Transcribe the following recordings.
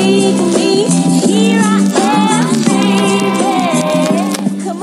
need me, here I am, baby. Come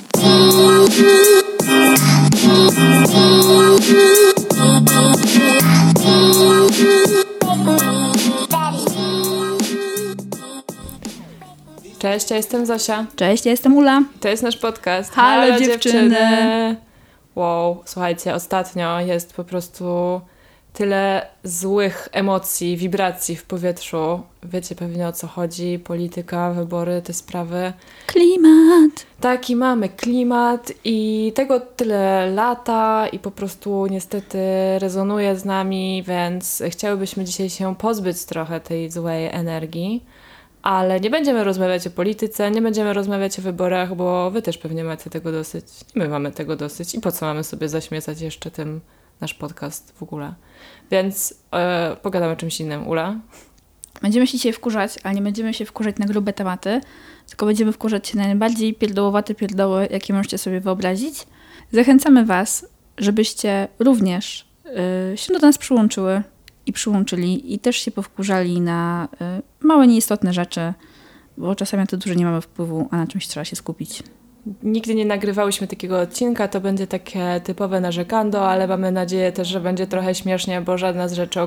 Cześć, ja jestem Zosia. Cześć, ja jestem Ula. To jest nasz podcast. Halo dziewczyny. Wow, słuchajcie, ostatnio jest po prostu tyle złych emocji, wibracji w powietrzu. Wiecie pewnie o co chodzi. Polityka, wybory, te sprawy. Klimat. Taki mamy klimat i tego tyle lata i po prostu niestety rezonuje z nami, więc chciałybyśmy dzisiaj się pozbyć trochę tej złej energii. Ale nie będziemy rozmawiać o polityce, nie będziemy rozmawiać o wyborach, bo wy też pewnie macie tego dosyć. I my mamy tego dosyć. I po co mamy sobie zaśmiecać jeszcze tym nasz podcast w ogóle? Więc pogadamy o czymś innym. Ula? Będziemy się dzisiaj wkurzać, ale nie będziemy się wkurzać na grube tematy, tylko będziemy wkurzać się na najbardziej pierdołowate pierdoły, jakie możecie sobie wyobrazić. Zachęcamy Was, żebyście również się do nas przyłączyły i przyłączyli i też się powkurzali na małe, nieistotne rzeczy, bo czasami na to dużo nie mamy wpływu, a na czymś trzeba się skupić. Nigdy nie nagrywałyśmy takiego odcinka, to będzie takie typowe narzekando, ale mamy nadzieję też, że będzie trochę śmiesznie, bo żadna z rzeczy,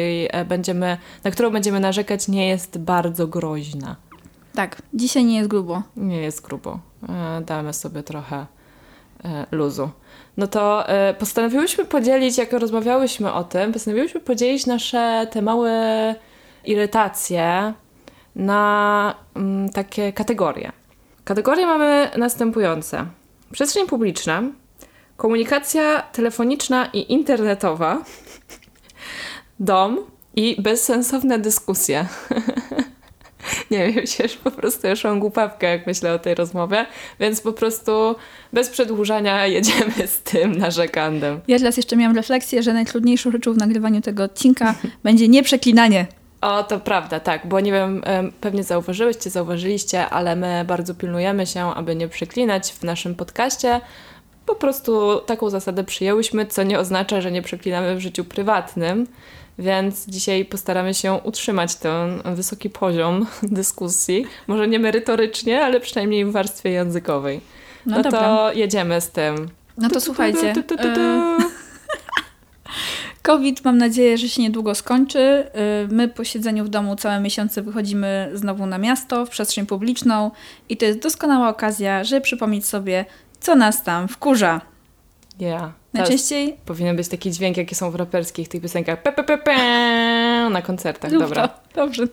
na którą będziemy narzekać, nie jest bardzo groźna. Tak, dzisiaj nie jest grubo. Nie jest grubo. Damy sobie trochę luzu. No to postanowiłyśmy podzielić, jak rozmawiałyśmy o tym, nasze te małe irytacje na takie kategorie. Kategorie mamy następujące. Przestrzeń publiczna, komunikacja telefoniczna i internetowa, dom i bezsensowne dyskusje. Nie wiem, po prostu już mam głupawkę, jak myślę o tej rozmowie, więc po prostu bez przedłużania jedziemy z tym narzekandem. Ja teraz jeszcze miałam refleksję, że najtrudniejszą rzeczą w nagrywaniu tego odcinka będzie nieprzeklinanie. O, to prawda, tak, bo nie wiem, pewnie zauważyliście, ale my bardzo pilnujemy się, aby nie przeklinać w naszym podcaście. Po prostu taką zasadę przyjęłyśmy, co nie oznacza, że nie przeklinamy w życiu prywatnym. Więc dzisiaj postaramy się utrzymać ten wysoki poziom dyskusji. Może nie merytorycznie, ale przynajmniej w warstwie językowej. No to jedziemy z tym. No to słuchajcie. COVID mam nadzieję, że się niedługo skończy. My po siedzeniu w domu całe miesiące wychodzimy znowu na miasto, w przestrzeń publiczną i to jest doskonała okazja, żeby przypomnieć sobie, co nas tam wkurza. Yeah. Najczęściej powinien być taki dźwięk, jakie są w raperskich tych piosenkach. Na koncertach, dobra. Dobrze.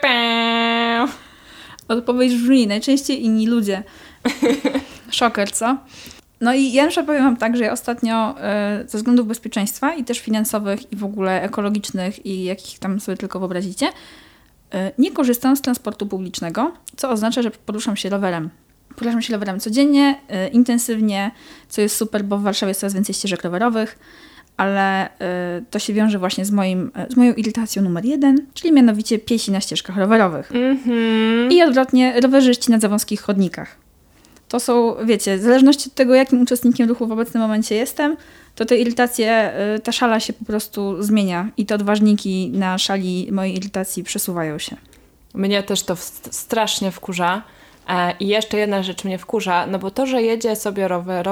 Odpowiedź brzmi, najczęściej inni ludzie. Szoker, co? No i ja na przykład powiem wam tak, że ja ostatnio ze względów bezpieczeństwa i też finansowych i w ogóle ekologicznych i jakich tam sobie tylko wyobrazicie, nie korzystam z transportu publicznego, co oznacza, że poruszam się rowerem. Poruszam się rowerem codziennie, intensywnie, co jest super, bo w Warszawie jest coraz więcej ścieżek rowerowych, ale to się wiąże właśnie z moją irytacją numer 1, czyli mianowicie piesi na ścieżkach rowerowych. I odwrotnie, rowerzyści na za wąskich chodnikach. To są, wiecie, w zależności od tego, jakim uczestnikiem ruchu w obecnym momencie jestem, to te irytacje, ta szala się po prostu zmienia i te odważniki na szali mojej irytacji przesuwają się. Mnie też to strasznie wkurza. I jeszcze jedna rzecz mnie wkurza, no bo to, że jedzie sobie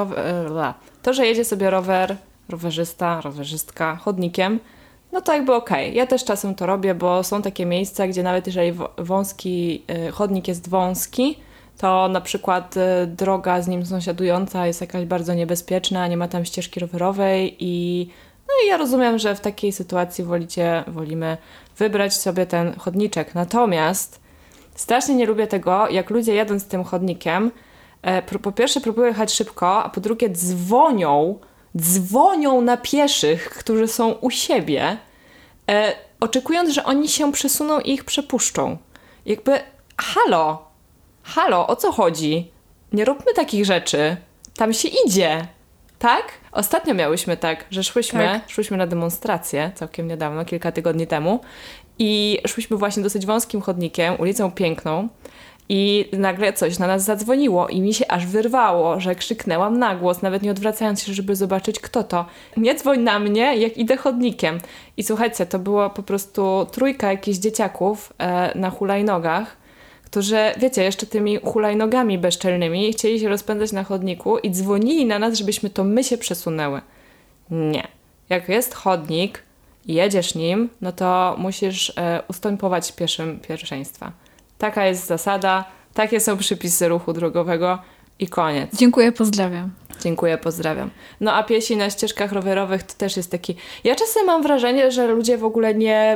rowerzystka chodnikiem, no to jakby okej. Ja też czasem to robię, bo są takie miejsca, gdzie nawet jeżeli chodnik jest wąski, to na przykład droga z nim sąsiadująca jest jakaś bardzo niebezpieczna, nie ma tam ścieżki rowerowej i ja rozumiem, że w takiej sytuacji wolimy wybrać sobie ten chodniczek. Natomiast strasznie nie lubię tego, jak ludzie jadąc tym chodnikiem, po pierwsze próbują jechać szybko, a po drugie dzwonią na pieszych, którzy są u siebie, oczekując, że oni się przesuną i ich przepuszczą. Jakby, halo, o co chodzi? Nie róbmy takich rzeczy. Tam się idzie, tak? Ostatnio miałyśmy tak, że szłyśmy na demonstrację całkiem niedawno, kilka tygodni temu i szłyśmy właśnie dosyć wąskim chodnikiem, ulicą Piękną I nagle coś na nas zadzwoniło i mi się aż wyrwało, że krzyknęłam na głos, nawet nie odwracając się, żeby zobaczyć, kto to. Nie dzwoń na mnie, jak idę chodnikiem. I słuchajcie, to było po prostu trójka jakichś dzieciaków na hulajnogach, którzy, wiecie, jeszcze tymi hulajnogami bezczelnymi chcieli się rozpędzać na chodniku i dzwonili na nas, żebyśmy to my się przesunęły. Nie. Jak jest chodnik i jedziesz nim, no to musisz ustępować pieszym pierwszeństwa. Taka jest zasada, takie są przepisy ruchu drogowego i koniec. Dziękuję, pozdrawiam. Dziękuję, pozdrawiam. No a piesi na ścieżkach rowerowych to też jest taki... Ja czasem mam wrażenie, że ludzie w ogóle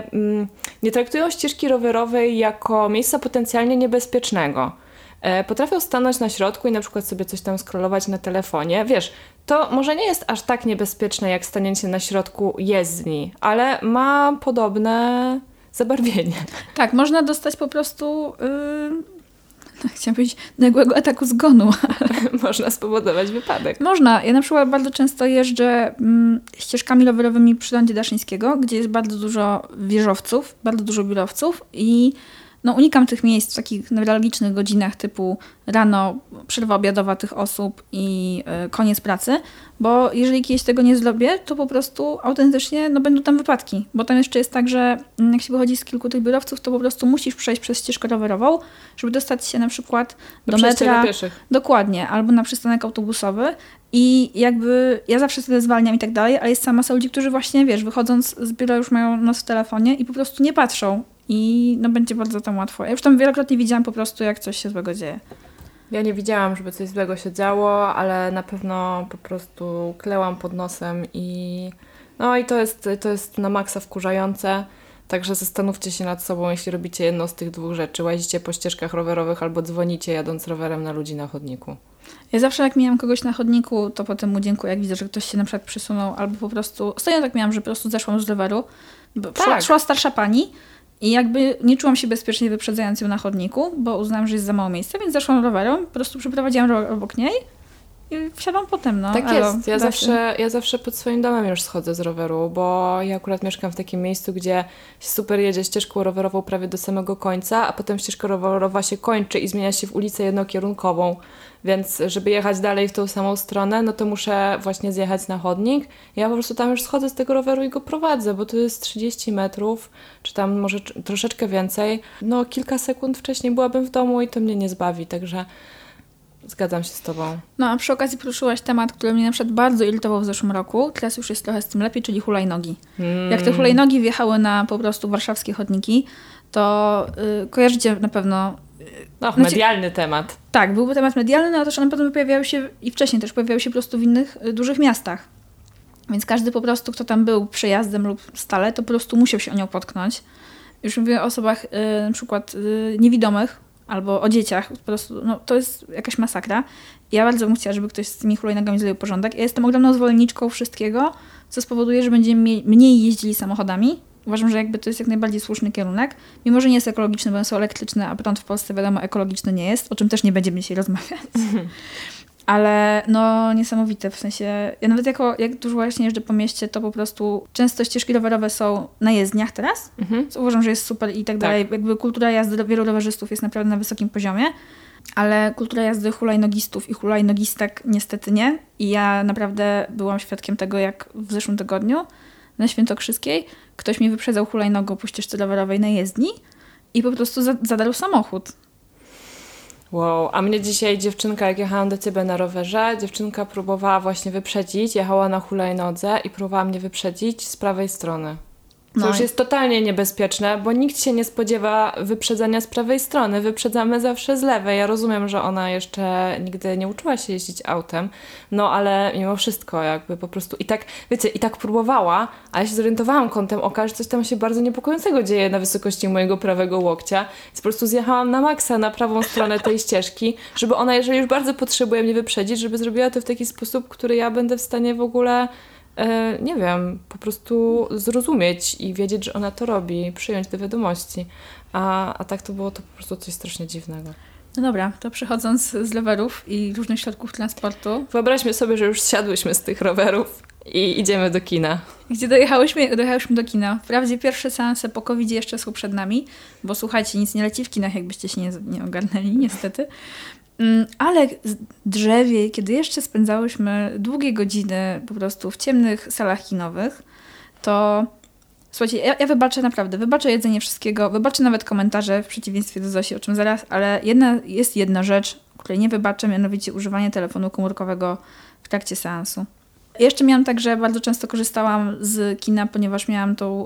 nie traktują ścieżki rowerowej jako miejsca potencjalnie niebezpiecznego. Potrafią stanąć na środku i na przykład sobie coś tam scrollować na telefonie. Wiesz, to może nie jest aż tak niebezpieczne jak stanięcie na środku jezdni, ale ma podobne zabarwienie. Tak, można dostać po prostu... Chciałam powiedzieć nagłego ataku zgonu. Można spowodować wypadek. Można. Ja na przykład bardzo często jeżdżę ścieżkami rowerowymi przy Lądzie Daszyńskiego, gdzie jest bardzo dużo wieżowców, bardzo dużo biurowców i unikam tych miejsc w takich newralgicznych godzinach typu rano, przerwa obiadowa tych osób i koniec pracy, bo jeżeli kiedyś tego nie zrobię, to po prostu autentycznie będą tam wypadki, bo tam jeszcze jest tak, że jak się wychodzi z kilku tych biurowców, to po prostu musisz przejść przez ścieżkę rowerową, żeby dostać się na przykład do metra. Dla pieszych. Dokładnie, albo na przystanek autobusowy i jakby ja zawsze wtedy zwalniam i tak dalej, ale jest sama masa ludzi, którzy właśnie, wiesz, wychodząc z biura już mają nos w telefonie i po prostu nie patrzą. I będzie bardzo tam łatwo. Ja już tam wielokrotnie widziałam po prostu, jak coś się złego dzieje. Ja nie widziałam, żeby coś złego się działo, ale na pewno po prostu klełam pod nosem i to jest na maksa wkurzające. Także zastanówcie się nad sobą, jeśli robicie jedną z tych dwóch rzeczy. Łazicie po ścieżkach rowerowych albo dzwonicie jadąc rowerem na ludzi na chodniku. Ja zawsze jak miałam kogoś na chodniku, to potem mu dziękuję, jak widzę, że ktoś się na przykład przysunął, albo po prostu... Ostatnio tak miałam, że po prostu zeszłam z roweru, bo szła starsza pani i jakby nie czułam się bezpiecznie wyprzedzając ją na chodniku, bo uznałam, że jest za mało miejsca, więc zeszłam rowerem, po prostu przeprowadziłam rower obok niej i wsiadłam potem, Tak jest. Ja zawsze pod swoim domem już schodzę z roweru, bo ja akurat mieszkam w takim miejscu, gdzie się super jedzie ścieżką rowerową prawie do samego końca, a potem ścieżka rowerowa się kończy i zmienia się w ulicę jednokierunkową. Więc żeby jechać dalej w tą samą stronę, no to muszę właśnie zjechać na chodnik. Ja po prostu tam już schodzę z tego roweru i go prowadzę, bo to jest 30 metrów, czy tam może troszeczkę więcej. Kilka sekund wcześniej byłabym w domu i to mnie nie zbawi, także zgadzam się z tobą. A przy okazji poruszyłaś temat, który mnie na przykład bardzo irytował w zeszłym roku. Teraz już jest trochę z tym lepiej, czyli hulajnogi. Jak te hulajnogi wjechały na po prostu warszawskie chodniki, to kojarzycie na pewno... medialny temat. Tak, byłby temat medialny, ale też one potem pojawiały się i wcześniej też pojawiały się po prostu w innych dużych miastach. Więc każdy po prostu, kto tam był przejazdem lub stale, to po prostu musiał się o nią potknąć. Już mówię o osobach na przykład niewidomych albo o dzieciach. Po prostu, to jest jakaś masakra. Ja bardzo bym chciała, żeby ktoś z tymi hulajnogami zrobił porządek. Ja jestem ogromną zwolenniczką wszystkiego, co spowoduje, że będziemy mniej jeździli samochodami. Uważam, że jakby to jest jak najbardziej słuszny kierunek. Mimo, że nie jest ekologiczny, bo one są elektryczne, a prąd w Polsce wiadomo ekologiczny nie jest, o czym też nie będziemy dzisiaj rozmawiać. Ale niesamowite, w sensie ja nawet jak dużo właśnie jeżdżę po mieście, to po prostu często ścieżki rowerowe są na jezdniach teraz, co uważam, że jest super i tak dalej. Jakby kultura jazdy wielu rowerzystów jest naprawdę na wysokim poziomie, ale kultura jazdy hulajnogistów i hulajnogistek niestety nie. I ja naprawdę byłam świadkiem tego, jak w zeszłym tygodniu na Świętokrzyskiej ktoś mnie wyprzedzał hulajnogą po ścieżce rowerowej na jezdni i po prostu zadarł samochód. Wow, a mnie dzisiaj dziewczynka, jak jechałam do ciebie na rowerze, dziewczynka próbowała właśnie wyprzedzić, jechała na hulajnodze i próbowała mnie wyprzedzić z prawej strony. To już jest totalnie niebezpieczne, bo nikt się nie spodziewa wyprzedzania z prawej strony. Wyprzedzamy zawsze z lewej. Ja rozumiem, że ona jeszcze nigdy nie uczyła się jeździć autem, ale mimo wszystko jakby po prostu i tak, wiecie, i tak próbowała, ale się zorientowałam kątem oka, że coś tam się bardzo niepokojącego dzieje na wysokości mojego prawego łokcia. Więc po prostu zjechałam na maksa na prawą stronę tej ścieżki, żeby ona, jeżeli już bardzo potrzebuje mnie wyprzedzić, żeby zrobiła to w taki sposób, który ja będę w stanie w ogóle nie wiem, po prostu zrozumieć i wiedzieć, że ona to robi, przyjąć do wiadomości. A tak to było to po prostu coś strasznie dziwnego. No dobra, to przechodząc z rowerów i różnych środków transportu. Wyobraźmy sobie, że już zsiadłyśmy z tych rowerów i idziemy do kina. Gdzie dojechałyśmy do kina. Wprawdzie pierwsze seanse po COVID jeszcze są przed nami, bo słuchajcie, nic nie leci w kinach, jakbyście się nie ogarnęli, niestety. Ale drzewie, kiedy jeszcze spędzałyśmy długie godziny po prostu w ciemnych salach kinowych, to słuchajcie, ja wybaczę jedzenie wszystkiego, wybaczę nawet komentarze w przeciwieństwie do Zosi, o czym zaraz, ale jest jedna rzecz, której nie wybaczę, mianowicie używanie telefonu komórkowego w trakcie seansu. Jeszcze miałam tak, że bardzo często korzystałam z kina, ponieważ miałam tą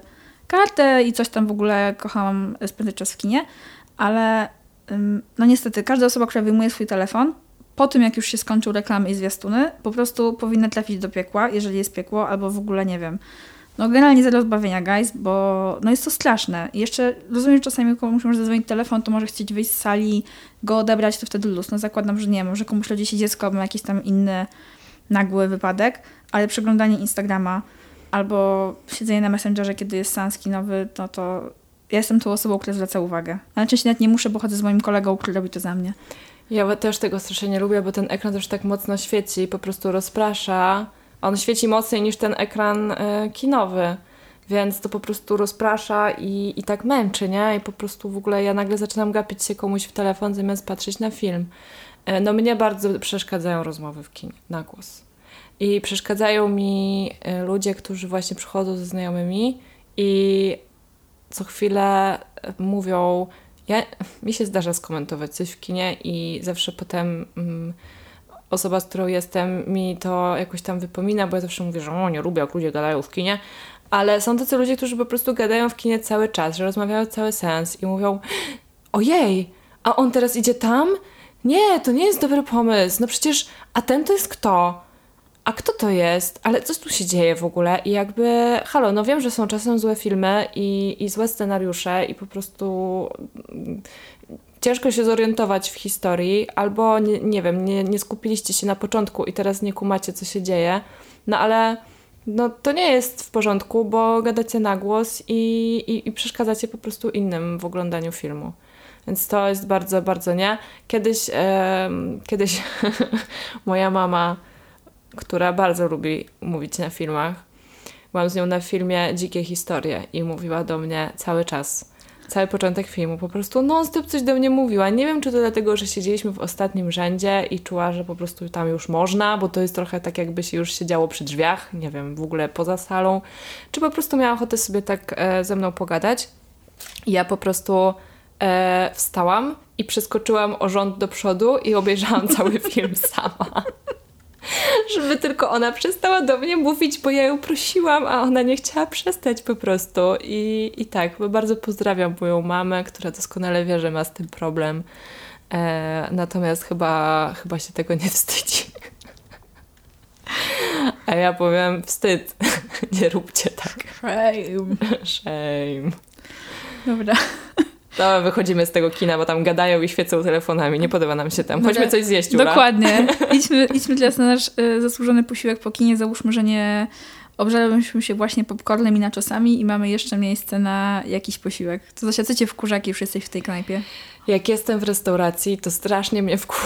kartę i coś tam w ogóle kochałam spędzać czas w kinie, ale no niestety każda osoba, która wyjmuje swój telefon, po tym jak już się skończył reklamy i zwiastuny, po prostu powinna trafić do piekła, jeżeli jest piekło, albo w ogóle nie wiem. No generalnie zero zbawienia, guys, bo no jest to straszne. I jeszcze rozumiem, że czasami komuś może zadzwonić telefon, to może chcieć wyjść z sali, go odebrać, to wtedy luz. No zakładam, że nie wiem, że komuś rodzi się dziecko, albo jakiś tam inny nagły wypadek, ale przeglądanie Instagrama albo siedzenie na Messengerze, kiedy jest seans kinowy, to ja jestem tą osobą, która zwraca uwagę. Ale częściej nawet nie muszę, bo chodzę z moim kolegą, który robi to za mnie. Ja też tego strasznie nie lubię, bo ten ekran też tak mocno świeci, po prostu rozprasza. On świeci mocniej niż ten ekran kinowy, więc to po prostu rozprasza i tak męczy, nie? I po prostu w ogóle ja nagle zaczynam gapić się komuś w telefon, zamiast patrzeć na film. No mnie bardzo przeszkadzają rozmowy w kinie na głos. I przeszkadzają mi ludzie, którzy właśnie przychodzą ze znajomymi i co chwilę mówią, mi się zdarza skomentować coś w kinie i zawsze potem osoba, z którą jestem, mi to jakoś tam wypomina, bo ja zawsze mówię, że nie lubię, jak ludzie gadają w kinie, ale są tacy ludzie, którzy po prostu gadają w kinie cały czas, że rozmawiają cały seans i mówią, ojej, a on teraz idzie tam? Nie, to nie jest dobry pomysł, no przecież, a ten to jest kto? A kto to jest? Ale co tu się dzieje w ogóle? I jakby, halo, no wiem, że są czasem złe filmy i złe scenariusze i po prostu ciężko się zorientować w historii, albo nie wiem, nie skupiliście się na początku i teraz nie kumacie, co się dzieje, no ale no, to nie jest w porządku, bo gadacie na głos i przeszkadzacie po prostu innym w oglądaniu filmu. Więc to jest bardzo, bardzo nie. Kiedyś moja mama, która bardzo lubi mówić na filmach, byłam z nią na filmie Dzikie Historie i mówiła do mnie cały czas, cały początek filmu, po prostu non-stop coś do mnie mówiła. Nie wiem, czy to dlatego, że siedzieliśmy w ostatnim rzędzie i czuła, że po prostu tam już można, bo to jest trochę tak, jakby się już siedziało przy drzwiach, nie wiem, w ogóle poza salą, czy po prostu miała ochotę sobie tak ze mną pogadać. I ja po prostu wstałam i przeskoczyłam o rząd do przodu i obejrzałam cały film sama. Żeby tylko ona przestała do mnie mówić, bo ja ją prosiłam, a ona nie chciała przestać po prostu. I tak, bardzo pozdrawiam moją mamę, która doskonale wie, że ma z tym problem. Natomiast chyba się tego nie wstydzi. A ja powiem, wstyd. Nie róbcie tak. Shame. Dobra. To wychodzimy z tego kina, bo tam gadają i świecą telefonami. Nie podoba nam się tam. Chodźmy coś zjeść, Ula. Dokładnie. Idźmy teraz na nasz zasłużony posiłek po kinie. Załóżmy, że nie obżarliśmy się właśnie popcornem i naczosami i mamy jeszcze miejsce na jakiś posiłek. To Zosia, co cię wkurza, jak już jesteś w tej knajpie? Jak jestem w restauracji, to strasznie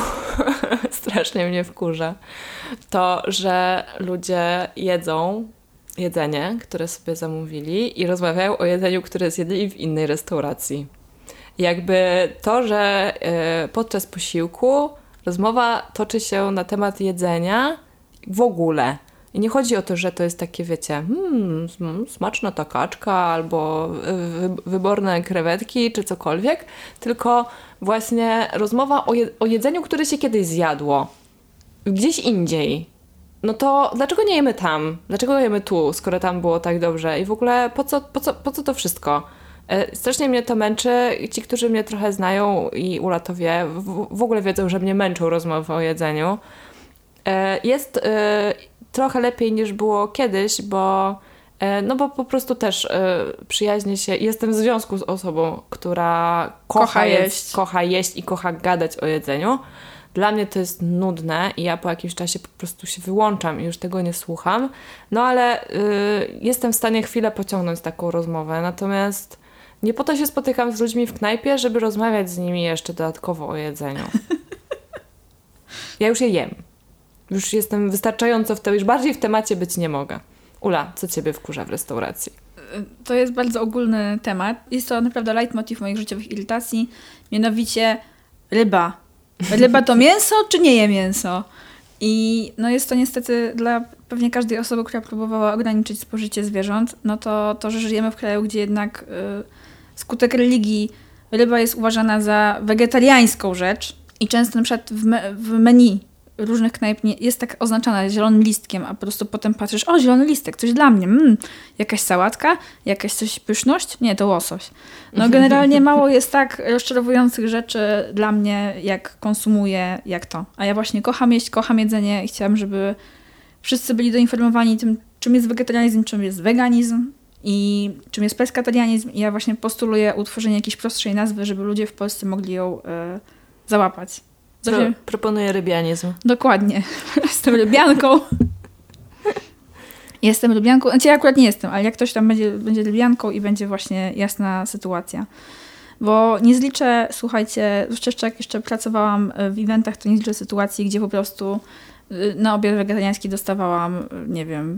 mnie wkurza to, że ludzie jedzą jedzenie, które sobie zamówili i rozmawiają o jedzeniu, które zjedli w innej restauracji. Jakby to, że podczas posiłku rozmowa toczy się na temat jedzenia w ogóle. I nie chodzi o to, że to jest takie, wiecie, smaczna ta kaczka albo wyborne krewetki czy cokolwiek, tylko właśnie rozmowa o jedzeniu, które się kiedyś zjadło. Gdzieś indziej. No to dlaczego nie jemy tam? Dlaczego jemy tu, skoro tam było tak dobrze? I w ogóle po co to wszystko? Strasznie mnie to męczy. Ci, którzy mnie trochę znają i Ula to wie, w ogóle wiedzą, że mnie męczą rozmowy o jedzeniu. Jest trochę lepiej niż było kiedyś, bo po prostu też przyjaźnię się. Jestem w związku z osobą, która kocha jeść i kocha gadać o jedzeniu. Dla mnie to jest nudne i ja po jakimś czasie po prostu się wyłączam i już tego nie słucham. No ale jestem w stanie chwilę pociągnąć taką rozmowę. Natomiast nie po to się spotykam z ludźmi w knajpie, żeby rozmawiać z nimi jeszcze dodatkowo o jedzeniu. Ja już je jem. Już jestem wystarczająco już bardziej w temacie być nie mogę. Ula, co ciebie wkurza w restauracji? To jest bardzo ogólny temat. Jest to naprawdę leitmotiv moich życiowych irytacji. Mianowicie ryba. Ryba to mięso, czy nie je mięso? I no jest to niestety dla pewnie każdej osoby, która próbowała ograniczyć spożycie zwierząt, no to, że żyjemy w kraju, gdzie jednak skutek religii ryba jest uważana za wegetariańską rzecz i często na przykład w menu różnych knajp jest tak oznaczana zielonym listkiem, a po prostu potem patrzysz, o, zielony listek, coś dla mnie, jakaś sałatka, jakaś coś pyszność? Nie, to łosoś. No generalnie mało jest tak rozczarowujących rzeczy dla mnie, jak konsumuję, jak to. A ja właśnie kocham jeść, kocham jedzenie i chciałam, żeby wszyscy byli doinformowani tym, czym jest wegetarianizm, czym jest weganizm i czym jest peskatarianizm. I ja właśnie postuluję utworzenie jakiejś prostszej nazwy, żeby ludzie w Polsce mogli ją załapać. Proponuję rybianizm. Dokładnie. Jestem rybianką. Jestem rybianką. Znaczy ja akurat nie jestem, ale jak ktoś tam będzie rybianką i będzie właśnie jasna sytuacja. Bo nie zliczę, słuchajcie, zwłaszcza jak jeszcze pracowałam w eventach, to nie zliczę sytuacji, gdzie po prostu na obiad wegetariański dostawałam, nie wiem,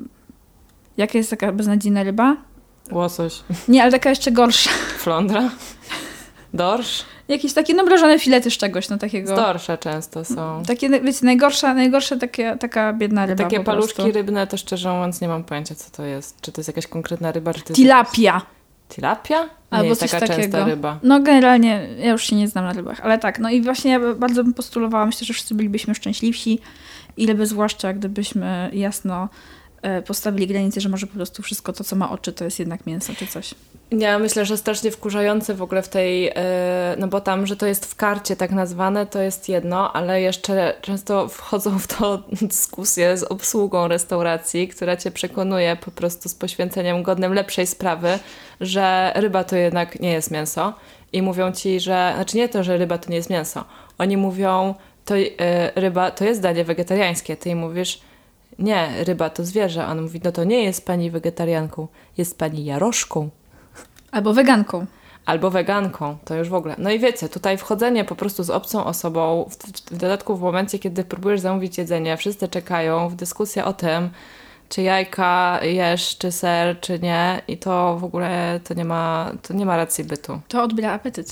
jaka jest taka beznadziejna ryba? Łosoś. Nie, ale taka jeszcze gorsza. Flądra. Dorsz. Jakieś takie mrożone filety z czegoś, no takiego. Z dorsza często są. Takie, wiecie, najgorsza taka biedna ryba. Takie po paluszki prostu. rybne, to szczerze mówiąc nie mam pojęcia, co to jest. Czy to jest jakaś konkretna ryba, czy to jest... Tilapia. Tilapia? Nie Albo jest coś taka takiego. częsta ryba. No generalnie ja już się nie znam na rybach, ale tak. No i właśnie ja bardzo bym postulowała, myślę, że wszyscy bylibyśmy szczęśliwsi i ryby zwłaszcza, gdybyśmy jasno postawili granicę, że może po prostu wszystko to, co ma oczy, to jest jednak mięso czy coś. Ja myślę, że strasznie wkurzające w ogóle w tej, no bo tam, że to jest w karcie tak nazwane, to jest jedno, ale jeszcze często wchodzą w to dyskusje z obsługą restauracji, która cię przekonuje po prostu z poświęceniem godnym lepszej sprawy, że ryba to jednak nie jest mięso i mówią ci, że, znaczy nie to, że ryba to nie jest mięso, oni mówią, to ryba to jest danie wegetariańskie, ty im mówisz, nie, ryba to zwierzę, a on mówi, no to nie jest pani wegetarianką, jest pani jaroszką. Albo weganką. Albo weganką, to już w ogóle. No i wiecie, tutaj wchodzenie po prostu z obcą osobą, w dodatku w momencie, kiedy próbujesz zamówić jedzenie, wszyscy czekają w dyskusję o tym, czy jajka jesz, czy ser, czy nie i to w ogóle to nie ma racji bytu. To odbiera apetyt.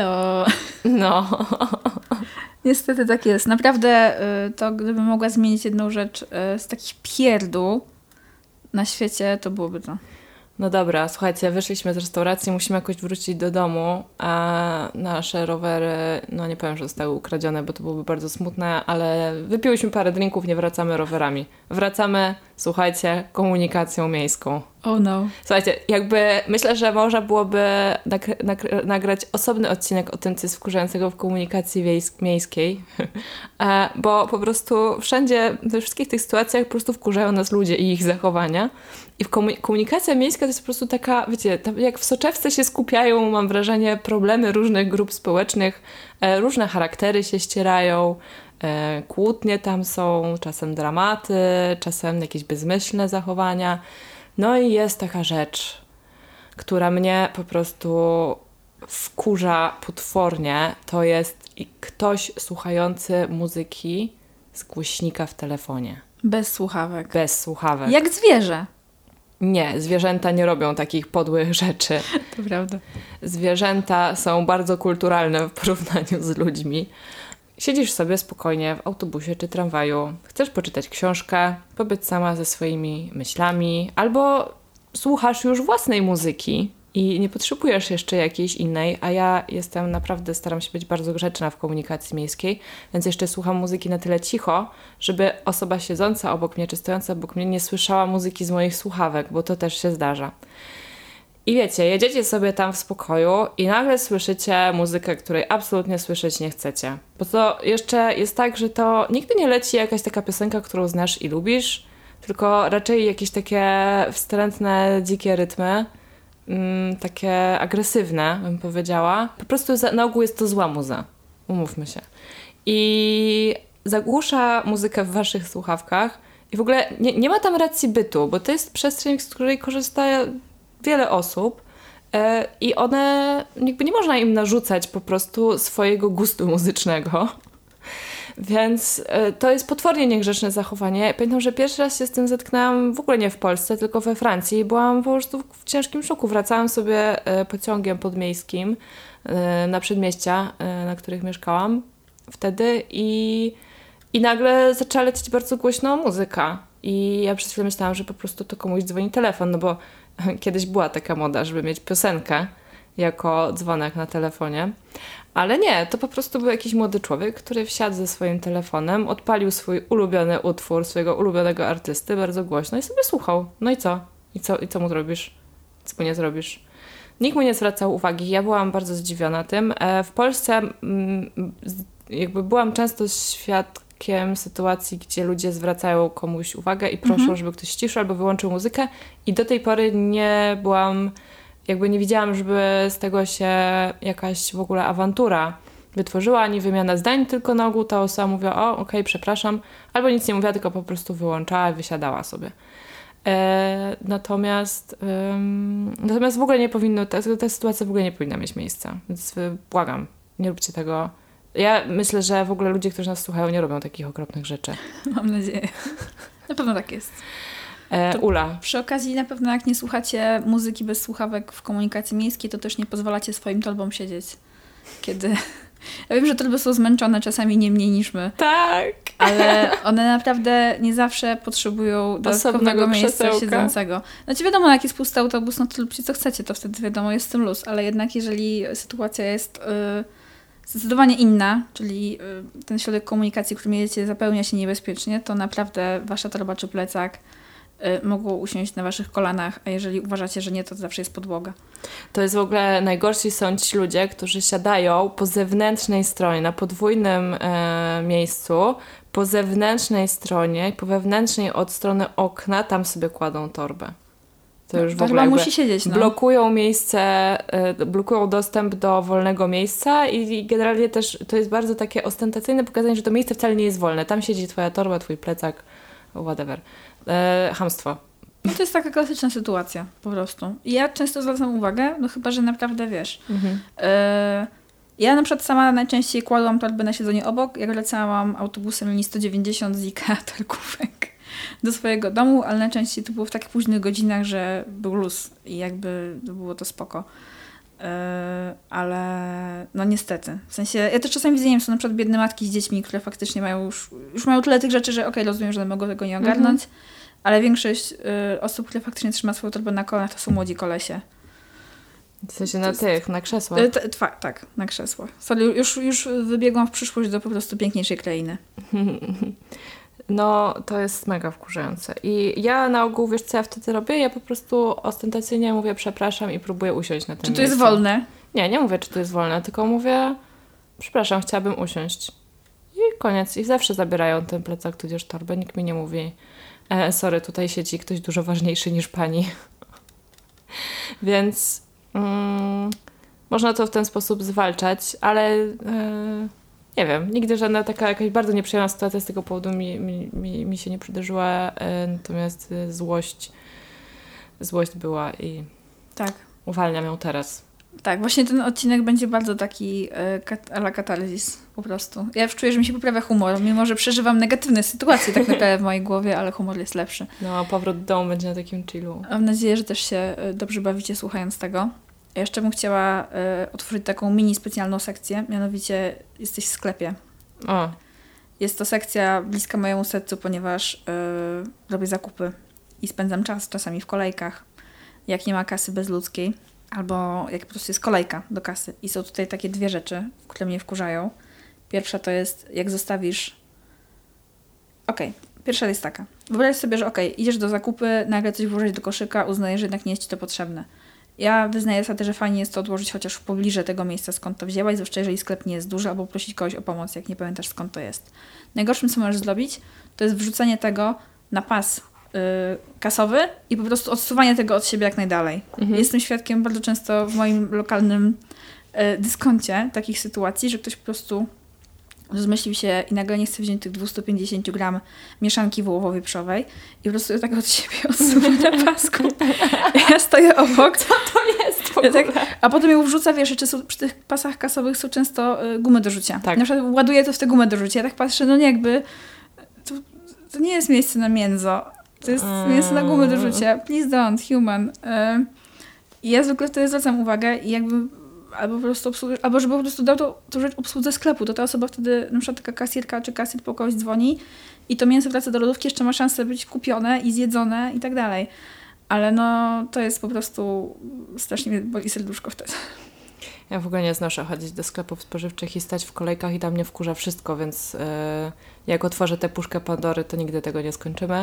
No. Niestety tak jest. Naprawdę to gdybym mogła zmienić jedną rzecz z takich pierdół na świecie, to byłoby to. No dobra, słuchajcie, wyszliśmy z restauracji, musimy jakoś wrócić do domu, a nasze rowery, no nie powiem, że zostały ukradzione, bo to byłoby bardzo smutne, ale wypiłyśmy parę drinków, nie wracamy rowerami. Wracamy, słuchajcie, komunikacją miejską. Oh no. Słuchajcie, jakby myślę, że można byłoby nagrać osobny odcinek o tym, co jest wkurzającego w komunikacji miejskiej, bo po prostu wszędzie, we wszystkich tych sytuacjach po prostu wkurzają nas ludzie i ich zachowania. I komunikacja miejska to jest po prostu taka, wiecie, jak w soczewce się skupiają, mam wrażenie, problemy różnych grup społecznych, różne charaktery się ścierają, kłótnie tam są, czasem dramaty, czasem jakieś bezmyślne zachowania. No i jest taka rzecz, która mnie po prostu wkurza potwornie, to jest ktoś słuchający muzyki z głośnika w telefonie. Bez słuchawek. Bez słuchawek. Jak zwierzę. Nie, zwierzęta nie robią takich podłych rzeczy. To prawda. Zwierzęta są bardzo kulturalne w porównaniu z ludźmi. Siedzisz sobie spokojnie w autobusie czy tramwaju, chcesz poczytać książkę, pobyć sama ze swoimi myślami, albo słuchasz już własnej muzyki i nie potrzebujesz jeszcze jakiejś innej, a ja staram się być bardzo grzeczna w komunikacji miejskiej, więc jeszcze słucham muzyki na tyle cicho, żeby osoba siedząca obok mnie czy stojąca obok mnie nie słyszała muzyki z moich słuchawek, bo to też się zdarza. I wiecie, jedziecie sobie tam w spokoju i nagle słyszycie muzykę, której absolutnie słyszeć nie chcecie. Bo to jeszcze jest tak, że to nigdy nie leci jakaś taka piosenka, którą znasz i lubisz, tylko raczej jakieś takie wstrętne, dzikie rytmy, takie agresywne, bym powiedziała. Po prostu na ogół jest to zła muza. Umówmy się. I zagłusza muzykę w waszych słuchawkach i w ogóle nie ma tam racji bytu, bo to jest przestrzeń, z której korzysta wiele osób i one, jakby nie można im narzucać po prostu swojego gustu muzycznego. Więc to jest potwornie niegrzeczne zachowanie. Pamiętam, że pierwszy raz się z tym zetknęłam w ogóle nie w Polsce, tylko we Francji i byłam po prostu w ciężkim szoku. Wracałam sobie pociągiem podmiejskim na przedmieścia, na których mieszkałam wtedy i nagle zaczęła lecieć bardzo głośno muzyka. I ja przez chwilę myślałam, że po prostu to komuś dzwoni telefon, no bo kiedyś była taka moda, żeby mieć piosenkę jako dzwonek na telefonie. Ale nie, to po prostu był jakiś młody człowiek, który wsiadł ze swoim telefonem, odpalił swój ulubiony utwór, swojego ulubionego artysty bardzo głośno i sobie słuchał. No i co? I co mu zrobisz? Co mu nie zrobisz? Nikt mu nie zwracał uwagi. Ja byłam bardzo zdziwiona tym. W Polsce jakby byłam często świadkiem sytuacji, gdzie ludzie zwracają komuś uwagę i proszą, żeby ktoś ściszył albo wyłączył muzykę i do tej pory nie widziałam, żeby z tego się jakaś w ogóle awantura wytworzyła, ani wymiana zdań, tylko na ogół ta osoba mówiła, okej, przepraszam, albo nic nie mówiła, tylko po prostu wyłączała i wysiadała sobie. Natomiast w ogóle nie powinno, ta sytuacja w ogóle nie powinna mieć miejsca, więc błagam, nie róbcie tego. Ja myślę, że w ogóle ludzie, którzy nas słuchają, nie robią takich okropnych rzeczy. Mam nadzieję. Na pewno tak jest. Ula. Przy okazji na pewno jak nie słuchacie muzyki bez słuchawek w komunikacji miejskiej, to też nie pozwalacie swoim torbom siedzieć. Kiedy... Ja wiem, że torby są zmęczone czasami nie mniej niż my. Tak. Ale one naprawdę nie zawsze potrzebują dodatkowego miejsca siedzącego. Znaczy wiadomo, jak jest pusty autobus, no to lubcie co chcecie, to wtedy wiadomo, jest w tym luz. Ale jednak jeżeli sytuacja jest zdecydowanie inna, czyli ten środek komunikacji, którym jedziecie, zapełnia się niebezpiecznie, to naprawdę wasza torba czy plecak mogą usiąść na waszych kolanach, a jeżeli uważacie, że nie, to zawsze jest podłoga. To jest w ogóle najgorsi są ci ludzie, którzy siadają po zewnętrznej stronie, na podwójnym miejscu, po zewnętrznej stronie i po wewnętrznej od strony okna, tam sobie kładą torbę. To już w ogóle musi siedzieć, no. Blokują miejsce, blokują dostęp do wolnego miejsca i generalnie też to jest bardzo takie ostentacyjne pokazanie, że to miejsce wcale nie jest wolne. Tam siedzi twoja torba, twój plecak, whatever. Chamstwo. No to jest taka klasyczna sytuacja, po prostu. I ja często zwracam uwagę, no chyba, że naprawdę wiesz. Ja na przykład sama najczęściej kładłam torbę na siedzeniu obok, jak wracałam autobusem linii 190 z IKEA Targówek do swojego domu, ale najczęściej to było w takich późnych godzinach, że był luz i jakby było to spoko. Ale no niestety. W sensie, ja też czasami widzę, nie wiem, są na przykład biedne matki z dziećmi, które faktycznie mają już mają tyle tych rzeczy, że okej, rozumiem, że mogą tego nie ogarnąć, ale większość osób, które faktycznie trzyma swoją torbę na kolanach, to są młodzi kolesie. W sensie na krzesłach. Tak, na krzesłach. Sorry, już wybiegłam w przyszłość do po prostu piękniejszej krainy. No, to jest mega wkurzające. I ja na ogół, wiesz co ja wtedy robię? Ja po prostu ostentacyjnie mówię przepraszam i próbuję usiąść na tym miejscu. Czy to jest wolne? Nie mówię, czy to jest wolne, tylko mówię przepraszam, chciałabym usiąść. I koniec. I zawsze zabierają ten plecak tudzież torbę. Nikt mi nie mówi sorry, tutaj siedzi ktoś dużo ważniejszy niż pani. Więc można to w ten sposób zwalczać, ale nie wiem, nigdy żadna taka jakaś bardzo nieprzyjemna sytuacja z tego powodu mi się nie przydarzyła, natomiast złość była i tak. Uwalniam ją teraz. Tak, właśnie ten odcinek będzie bardzo taki a la katarzis po prostu. Ja już czuję, że mi się poprawia humor, mimo że przeżywam negatywne sytuacje tak naprawdę w mojej głowie, ale humor jest lepszy. No, powrót do domu będzie na takim chillu. Mam nadzieję, że też się dobrze bawicie słuchając tego. Ja jeszcze bym chciała otworzyć taką mini specjalną sekcję, mianowicie jesteś w sklepie. O. Jest to sekcja bliska mojemu sercu, ponieważ robię zakupy i spędzam czas czasami w kolejkach, jak nie ma kasy bezludzkiej, albo jak po prostu jest kolejka do kasy. I są tutaj takie dwie rzeczy, które mnie wkurzają. Pierwsza to jest, jak zostawisz... Pierwsza jest taka. Wyobraź sobie, że idziesz do zakupy, nagle coś włożyć do koszyka, uznajesz, że jednak nie jest ci to potrzebne. Ja wyznaję zasadę, że fajnie jest to odłożyć chociaż w pobliżu tego miejsca, skąd to wzięłaś, zwłaszcza jeżeli sklep nie jest duży, albo prosić kogoś o pomoc, jak nie pamiętasz, skąd to jest. Najgorszym, co możesz zrobić, to jest wrzucenie tego na pas kasowy i po prostu odsuwanie tego od siebie jak najdalej. Jestem świadkiem bardzo często w moim lokalnym dyskoncie takich sytuacji, że ktoś po prostu zmyślił się i nagle nie chce wziąć tych 250 gram mieszanki wołowo-wieprzowej i po prostu tak od siebie odsuwa na pasku. Ja stoję obok. Co to jest? A potem ją wrzuca, wiesz, jeszcze przy tych pasach kasowych są często gumy do rzucia. Tak. Na przykład ładuje to w te gumy do rzucia. Ja tak patrzę, no nie jakby... To nie jest miejsce na międzo. To jest miejsce na gumy do rzucia. Please don't, human. I ja zwykle wtedy zwracam uwagę i jakby albo po prostu albo żeby po prostu dał to rzecz obsłudze sklepu, to ta osoba wtedy, na przykład taka kasjerka czy kasjer po kogoś dzwoni i to mięso wraca do lodówki, jeszcze ma szansę być kupione i zjedzone i tak dalej. Ale no to jest po prostu strasznie mnie boli serduszko wtedy. Ja w ogóle nie znoszę chodzić do sklepów spożywczych i stać w kolejkach i tam mnie wkurza wszystko, więc jak otworzę tę puszkę Pandory, to nigdy tego nie skończymy.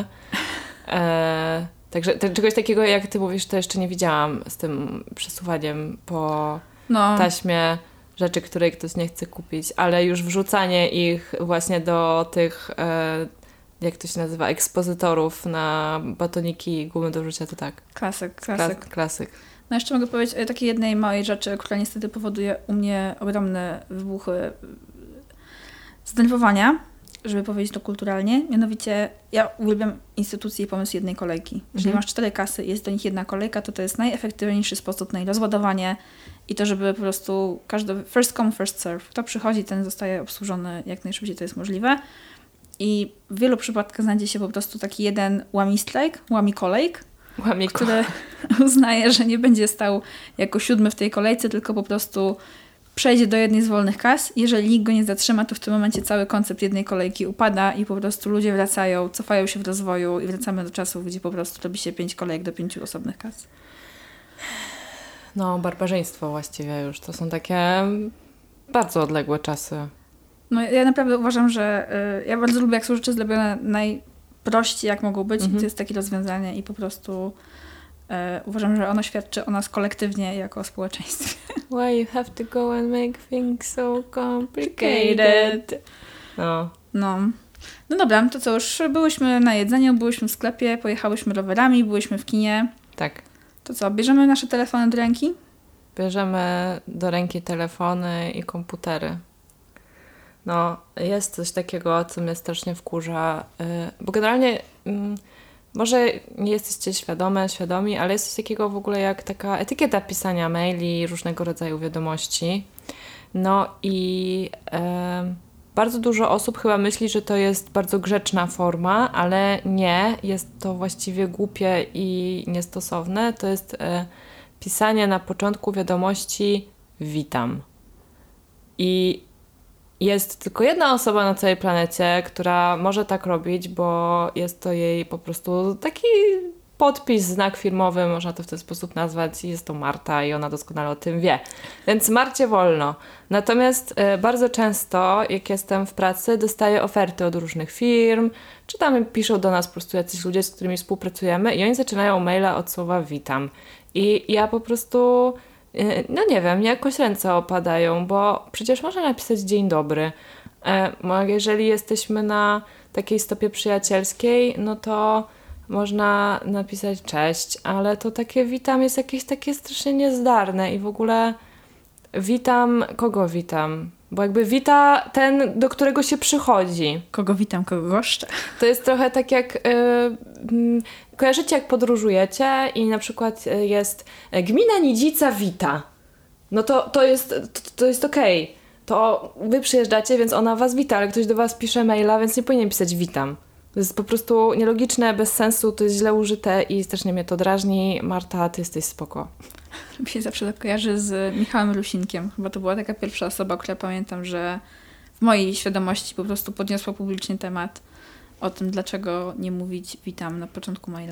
Także czegoś takiego, jak ty mówisz, to jeszcze nie widziałam z tym przesuwaniem po taśmie rzeczy, której ktoś nie chce kupić, ale już wrzucanie ich właśnie do tych, jak to się nazywa, ekspozytorów na batoniki i gumy do rzucia, to tak. Klasyk. No jeszcze mogę powiedzieć o takiej jednej małej rzeczy, która niestety powoduje u mnie ogromne wybuchy zdenerwowania, żeby powiedzieć to kulturalnie. Mianowicie ja uwielbiam instytucje i pomysł jednej kolejki. Jeżeli masz 4 kasy i jest do nich jedna kolejka, to jest najefektywniejszy sposób na ich rozładowanie i to, żeby po prostu każdy first come, first serve. Kto przychodzi, ten zostaje obsłużony jak najszybciej to jest możliwe. I w wielu przypadkach znajdzie się po prostu taki jeden łami-kolejk, który uznaje, że nie będzie stał jako 7 w tej kolejce, tylko po prostu przejdzie do jednej z wolnych kas. Jeżeli nikt go nie zatrzyma, to w tym momencie cały koncept jednej kolejki upada i po prostu ludzie wracają, cofają się w rozwoju i wracamy do czasów, gdzie po prostu robi się 5 kolejek do 5 osobnych kas. No, barbarzyństwo właściwie już. To są takie bardzo odległe czasy. No ja naprawdę uważam, że ja bardzo lubię, jak są rzeczy zrobione najprościej, jak mogą być. I to jest takie rozwiązanie i po prostu uważam, że ono świadczy o nas kolektywnie jako o społeczeństwie. Why you have to go and make things so complicated? No dobra, to co, już byłyśmy na jedzeniu, byłyśmy w sklepie, pojechałyśmy rowerami, byłyśmy w kinie. Tak. To co, bierzemy nasze telefony do ręki? Bierzemy do ręki telefony i komputery. No, jest coś takiego, co mnie strasznie wkurza, bo generalnie może nie jesteście świadomi, ale jest coś takiego w ogóle jak taka etykieta pisania maili, różnego rodzaju wiadomości. No i bardzo dużo osób chyba myśli, że to jest bardzo grzeczna forma, ale nie, jest to właściwie głupie i niestosowne. To jest pisanie na początku wiadomości witam. I jest tylko jedna osoba na całej planecie, która może tak robić, bo jest to jej po prostu taki podpis, znak firmowy, można to w ten sposób nazwać, i jest to Marta i ona doskonale o tym wie. Więc Marcie wolno. Natomiast bardzo często, jak jestem w pracy, dostaję oferty od różnych firm, czy tam piszą do nas po prostu jacyś ludzie, z którymi współpracujemy i oni zaczynają maila od słowa witam. I ja po prostu... No nie wiem, jakoś ręce opadają, bo przecież można napisać dzień dobry. Jeżeli jesteśmy na takiej stopie przyjacielskiej, no to można napisać cześć, ale to takie witam jest jakieś takie strasznie niezdarne i w ogóle witam, kogo witam? Bo jakby wita ten, do którego się przychodzi. Kogo witam, kogo goszczę. To jest trochę tak jak... kojarzycie, jak podróżujecie i na przykład jest gmina Nidzica wita. No to jest okej. To wy przyjeżdżacie, więc ona was wita, ale ktoś do was pisze maila, więc nie powinien pisać witam. To jest po prostu nielogiczne, bez sensu, to jest źle użyte i strasznie mnie to drażni. Marta, ty jesteś spoko. Mi się zawsze tak kojarzy z Michałem Rusinkiem. Chyba to była taka pierwsza osoba, która pamiętam, że w mojej świadomości po prostu podniosła publicznie temat o tym, dlaczego nie mówić witam na początku maila.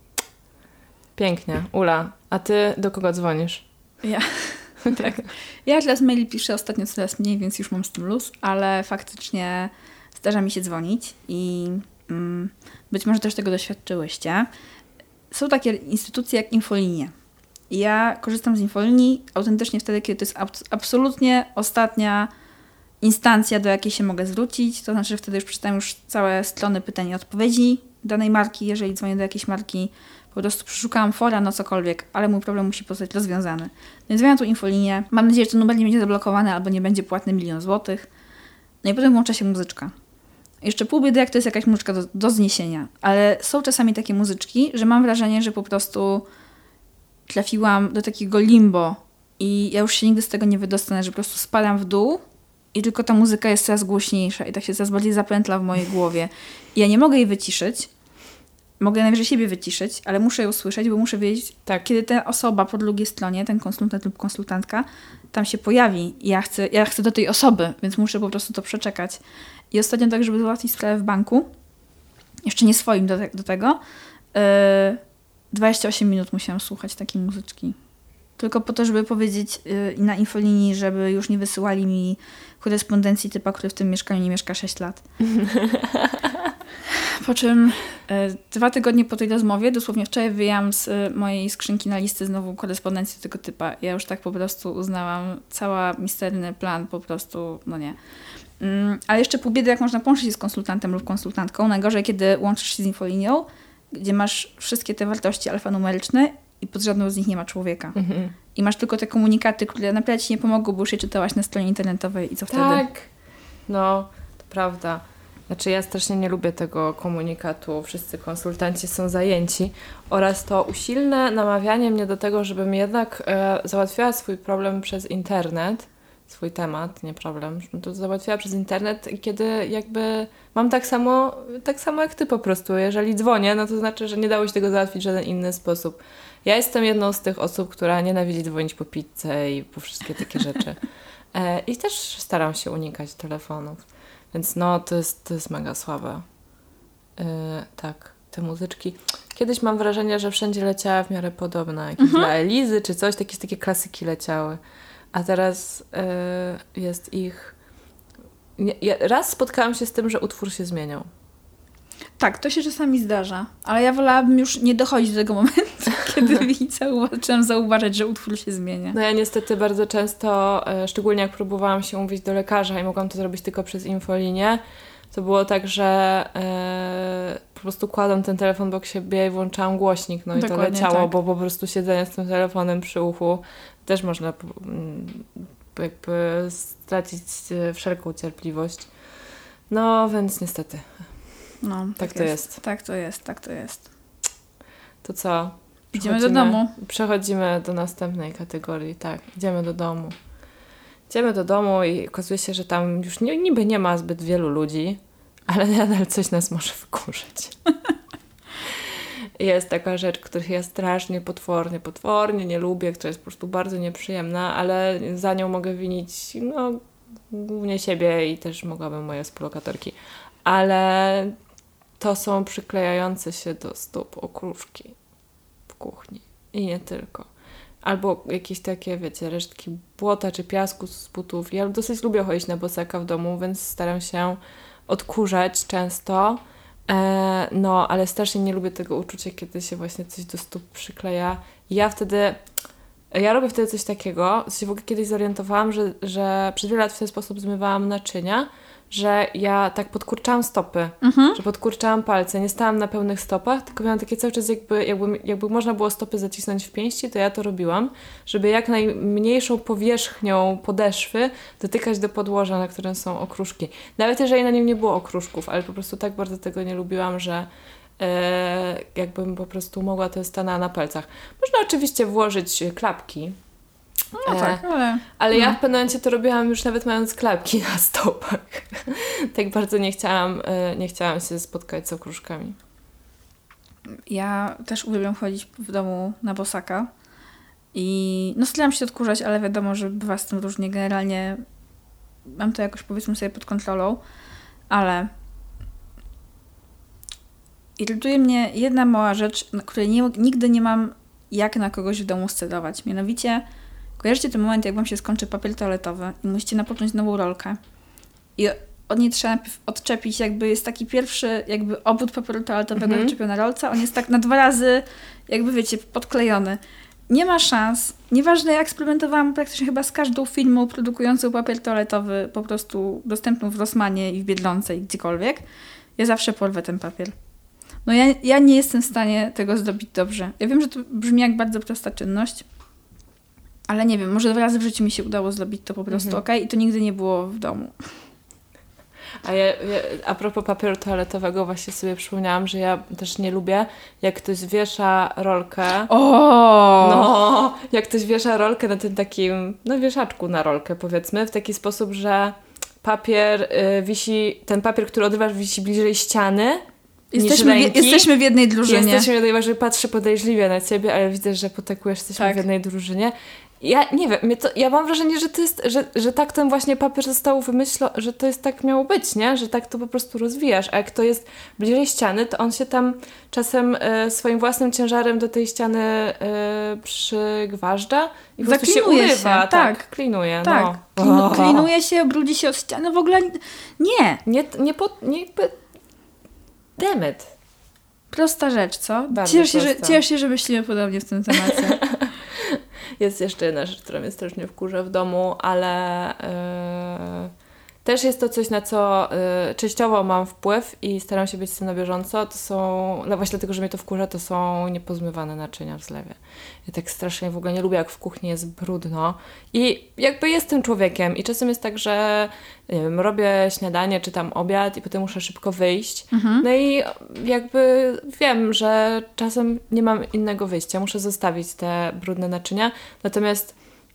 Pięknie. Ula, a ty do kogo dzwonisz? Ja. Tak. Ja teraz maili piszę ostatnio coraz mniej, więc już mam z tym luz, ale faktycznie zdarza mi się dzwonić i być może też tego doświadczyłyście. Są takie instytucje jak infolinie. Ja korzystam z infolinii autentycznie wtedy, kiedy to jest absolutnie ostatnia instancja, do jakiej się mogę zwrócić. To znaczy, że wtedy już przeczytam już całe strony pytań i odpowiedzi danej marki. Jeżeli dzwonię do jakiejś marki, po prostu przeszukałam fora, no cokolwiek, ale mój problem musi zostać rozwiązany. No więc dzwonię tu infolinię. Mam nadzieję, że ten numer nie będzie zablokowany albo nie będzie płatny 1 000 000 złotych. No i potem włącza się muzyczka. Jeszcze pół biedy, jak to jest jakaś muzyczka do zniesienia. Ale są czasami takie muzyczki, że mam wrażenie, że po prostu trafiłam do takiego limbo i ja już się nigdy z tego nie wydostanę, że po prostu spadam w dół i tylko ta muzyka jest coraz głośniejsza i tak się coraz bardziej zapętla w mojej głowie. I ja nie mogę jej wyciszyć. Mogę najwyżej siebie wyciszyć, ale muszę ją słyszeć, bo muszę wiedzieć, kiedy ta osoba po drugiej stronie, ten konsultant lub konsultantka, tam się pojawi. I ja chcę do tej osoby, więc muszę po prostu to przeczekać. I ostatnio tak, żeby załatwić sprawę w banku, jeszcze nie swoim do tego, 28 minut musiałam słuchać takiej muzyczki. Tylko po to, żeby powiedzieć na infolinii, żeby już nie wysyłali mi korespondencji typa, który w tym mieszkaniu nie mieszka 6 lat. Po czym 2 tygodnie po tej rozmowie, dosłownie wczoraj wyjęłam z mojej skrzynki na listy znowu korespondencję tego typa. Ja już tak po prostu uznałam, cała misterny plan po prostu, no nie. Ale jeszcze pół biedy, jak można połączyć się z konsultantem lub konsultantką. Najgorzej, kiedy łączysz się z infolinią, gdzie masz wszystkie te wartości alfanumeryczne i pod żadną z nich nie ma człowieka. I masz tylko te komunikaty, które naprawdę ci nie pomogą, bo już je czytałaś na stronie internetowej i co wtedy? Tak, no, to prawda. Znaczy ja strasznie nie lubię tego komunikatu, wszyscy konsultanci są zajęci oraz to usilne namawianie mnie do tego, żebym jednak załatwiała swój problem przez internet, swój temat, nie problem, żebym to załatwiała przez internet, kiedy jakby mam tak samo jak ty po prostu. Jeżeli dzwonię, no to znaczy, że nie dało się tego załatwić w żaden inny sposób. Ja jestem jedną z tych osób, która nienawidzi dzwonić po pizzę i po wszystkie takie rzeczy. I też staram się unikać telefonów. Więc no, to jest mega słabe. Tak, te muzyczki. Kiedyś mam wrażenie, że wszędzie leciała w miarę podobna. Jakieś dla Elizy czy coś, takie klasyki leciały. A teraz jest ich... Ja raz spotkałam się z tym, że utwór się zmieniał. Tak, to się czasami zdarza. Ale ja wolałabym już nie dochodzić do tego momentu, kiedy zaczęłam zauważyć, że utwór się zmienia. No ja niestety bardzo często, szczególnie jak próbowałam się umówić do lekarza i mogłam to zrobić tylko przez infolinię, to było tak, że po prostu kładłam ten telefon obok siebie i włączałam głośnik, no i to leciało, tak. Bo po prostu siedzenie z tym telefonem przy uchu też można jakby stracić wszelką cierpliwość. No więc niestety. No, tak to jest. Tak to jest. To co? Idziemy do domu. Przechodzimy do następnej kategorii. Tak, idziemy do domu. Idziemy do domu i okazuje się, że tam już niby nie ma zbyt wielu ludzi, ale nadal coś nas może wkurzać. Jest taka rzecz, których ja strasznie, potwornie nie lubię, która jest po prostu bardzo nieprzyjemna, ale za nią mogę winić głównie siebie i też mogłabym moje współlokatorki. Ale to są przyklejające się do stóp okruszki w kuchni. I nie tylko. Albo jakieś takie, wiecie, resztki błota czy piasku z butów. Ja dosyć lubię chodzić na bosaka w domu, więc staram się odkurzać często. No, ale strasznie nie lubię tego uczucia, kiedy się właśnie coś do stóp przykleja. Ja robię wtedy coś takiego, co się w ogóle kiedyś zorientowałam, że przez wiele lat w ten sposób zmywałam naczynia, że ja tak podkurczałam stopy, że podkurczałam palce. Nie stałam na pełnych stopach, tylko miałam takie cały czas jakby można było stopy zacisnąć w pięści, to ja to robiłam, żeby jak najmniejszą powierzchnią podeszwy dotykać do podłoża, na którym są okruszki. Nawet jeżeli na nim nie było okruszków, ale po prostu tak bardzo tego nie lubiłam, że jakbym po prostu mogła, to stanęła na palcach. Można oczywiście włożyć klapki. No tak, ale ja w pewnym momencie to robiłam już nawet mając klapki na stopach. Tak bardzo nie chciałam się spotkać z okruszkami. Ja też uwielbiam chodzić w domu na bosaka i staram się odkurzać, ale wiadomo, że bywa z tym różnie. Generalnie mam to jakoś, powiedzmy sobie, pod kontrolą, ale irytuje mnie jedna mała rzecz, której nigdy nie mam jak na kogoś w domu scedować. Mianowicie kojarzycie ten moment, jak wam się skończy papier toaletowy i musicie napocząć nową rolkę i od niej trzeba najpierw odczepić, jakby jest taki pierwszy jakby obwód papieru toaletowego odczepiony na rolce, on jest tak na 2 razy jakby wiecie, podklejony. Nie ma szans. Nieważne, ja eksperymentowałam praktycznie chyba z każdą firmą produkującą papier toaletowy, po prostu dostępną w Rossmanie i w Biedlonce i gdziekolwiek. Ja zawsze porwę ten papier. No ja nie jestem w stanie tego zrobić dobrze. Ja wiem, że to brzmi jak bardzo prosta czynność, ale nie wiem, może 2 razy w życiu mi się udało zrobić to po prostu okej, i to nigdy nie było w domu. A propos papieru toaletowego właśnie sobie przypomniałam, że ja też nie lubię, jak ktoś wiesza rolkę. No, jak ktoś wiesza rolkę na tym takim, wieszaczku na rolkę powiedzmy, w taki sposób, że papier wisi, ten papier, który odrywasz, wisi bliżej ściany niż ręki. Jesteśmy w jednej drużynie. Jesteśmy w jednej, że patrzę podejrzliwie na ciebie, ale widzę, że potekujesz, jesteśmy w jednej drużynie. Ja nie wiem, ja mam wrażenie, że to jest, że tak ten właśnie papier został wymyślony, że to jest tak miało być, nie? Że tak to po prostu rozwijasz, a jak to jest bliżej ściany, to on się tam czasem swoim własnym ciężarem do tej ściany przygważdża i po prostu się urywa. Tak, klinuje. Tak, no. Klinuje się, brudzi się od ściany, w ogóle nie. Demet. Prosta rzecz, co? Bardzo Cieszę się, że myślimy podobnie w tym temacie. Jest jeszcze jedna rzecz, która mnie strasznie wkurza w domu, ale też jest to coś, na co częściowo mam wpływ i staram się być z tym na bieżąco. To są, właśnie dlatego, że mnie to wkurza, to są niepozmywane naczynia w zlewie. Ja tak strasznie w ogóle nie lubię, jak w kuchni jest brudno. I jakby jestem człowiekiem i czasem jest tak, że nie wiem, robię śniadanie czy tam obiad i potem muszę szybko wyjść. No i jakby wiem, że czasem nie mam innego wyjścia. Muszę zostawić te brudne naczynia. Natomiast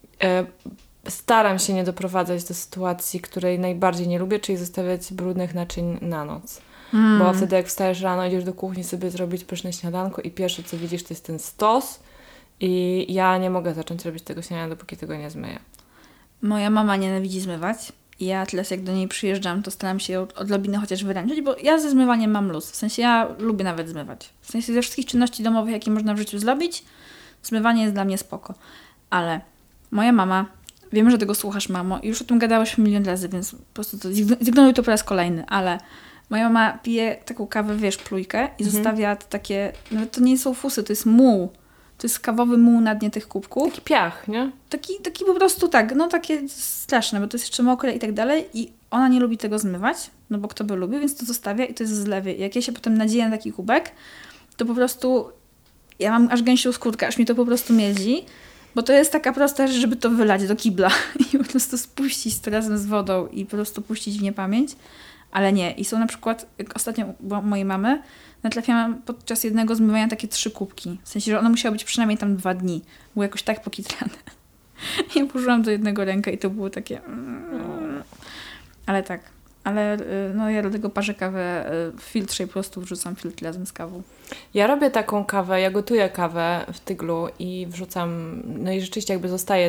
staram się nie doprowadzać do sytuacji, której najbardziej nie lubię, czyli zostawiać brudnych naczyń na noc. Bo wtedy jak wstajesz rano, idziesz do kuchni sobie zrobić pyszne śniadanko i pierwsze co widzisz to jest ten stos i ja nie mogę zacząć robić tego śniadania, dopóki tego nie zmyję. Moja mama nienawidzi zmywać i ja teraz jak do niej przyjeżdżam, to staram się odrobinę chociaż wyręczyć, bo ja ze zmywaniem mam luz. W sensie ja lubię nawet zmywać. W sensie ze wszystkich czynności domowych, jakie można w życiu zrobić, zmywanie jest dla mnie spoko. Ale moja mama, wiem, że tego słuchasz, mamo, i już o tym gadałaś milion razy, więc po prostu to zignoruj to po raz kolejny, ale moja mama pije taką kawę, wiesz, plujkę i zostawia takie, nawet to nie są fusy, to jest muł. To jest kawowy muł na dnie tych kubków. Taki piach, nie? Taki po prostu tak, no takie straszne, bo to jest jeszcze mokre i tak dalej i ona nie lubi tego zmywać, no bo kto by lubił, więc to zostawia i to jest w zlewie. I jak ja się potem nadzieję na taki kubek, to po prostu ja mam aż gęsią skórkę, aż mi to po prostu miedzi, bo to jest taka prosta rzecz, żeby to wylać do kibla i po prostu spuścić to razem z wodą i po prostu puścić w niepamięć. Ale nie. I są na przykład, jak ostatnio u mojej mamy, natrafiałam podczas jednego zmywania takie 3 kubki. W sensie, że one musiały być przynajmniej tam 2 dni. Było jakoś tak pokitrane. Ja położyłam do jednego ręka i to było takie... Ale tak. Ale no ja do tego parzę kawę w filtrze i po prostu wrzucam filtr razem z kawą. Ja robię taką kawę, ja gotuję kawę w tyglu i wrzucam, no i rzeczywiście jakby zostaje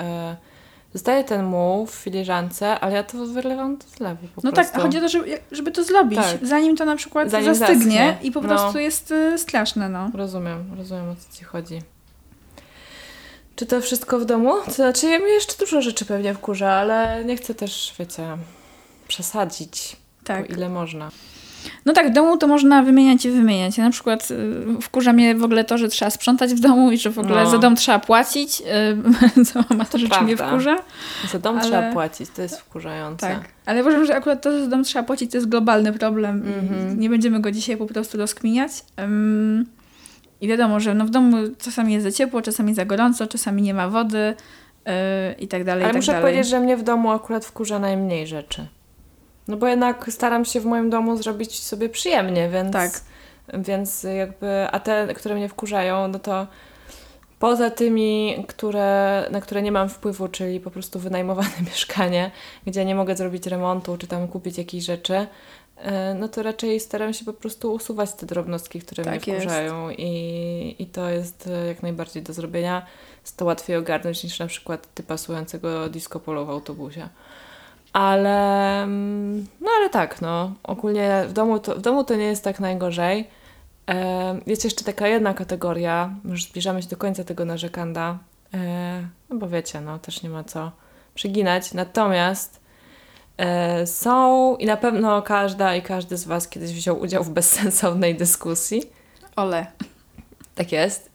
ten muł w filiżance, ale ja to wylewam do zlewu po no prostu. Tak, a chodzi o to, żeby to zrobić, zanim to na przykład zastygnie zaschnie. I po prostu jest straszne, no. Rozumiem o co ci chodzi. Czy to wszystko w domu? To znaczy, ja mi jeszcze dużo rzeczy pewnie wkurza, ale nie chcę też, wiecie, przesadzić, tak. ile można. No tak, w domu to można wymieniać i wymieniać. Ja na przykład wkurza mnie w ogóle to, że trzeba sprzątać w domu i że w ogóle za dom trzeba płacić. Cała to rzeczy mnie wkurza. Za dom trzeba płacić, to jest wkurzające. Tak, ale uważam, że akurat to, że za dom trzeba płacić, to jest globalny problem i nie będziemy go dzisiaj po prostu rozkminiać. I wiadomo, że no w domu czasami jest za ciepło, czasami za gorąco, czasami nie ma wody i tak dalej. Ale tak muszę dalej. powiedzieć, że mnie w domu akurat wkurza najmniej rzeczy. No bo jednak staram się w moim domu zrobić sobie przyjemnie, więc, więc jakby, a te, które mnie wkurzają, no to poza tymi, na które nie mam wpływu, czyli po prostu wynajmowane mieszkanie, gdzie nie mogę zrobić remontu, czy tam kupić jakichś rzeczy, no to raczej staram się po prostu usuwać te drobnostki, które mnie wkurzają i to jest jak najbardziej do zrobienia. Jest to łatwiej ogarnąć niż na przykład typa słuchającego disco polo w autobusie. Ale tak, no. Ogólnie w domu to nie jest tak najgorzej. Jest jeszcze taka jedna kategoria, już zbliżamy się do końca tego narzekanda, no bo wiecie, no też nie ma co przyginać. Natomiast są i na pewno każda i każdy z Was kiedyś wziął udział w bezsensownej dyskusji. Ole. Tak jest.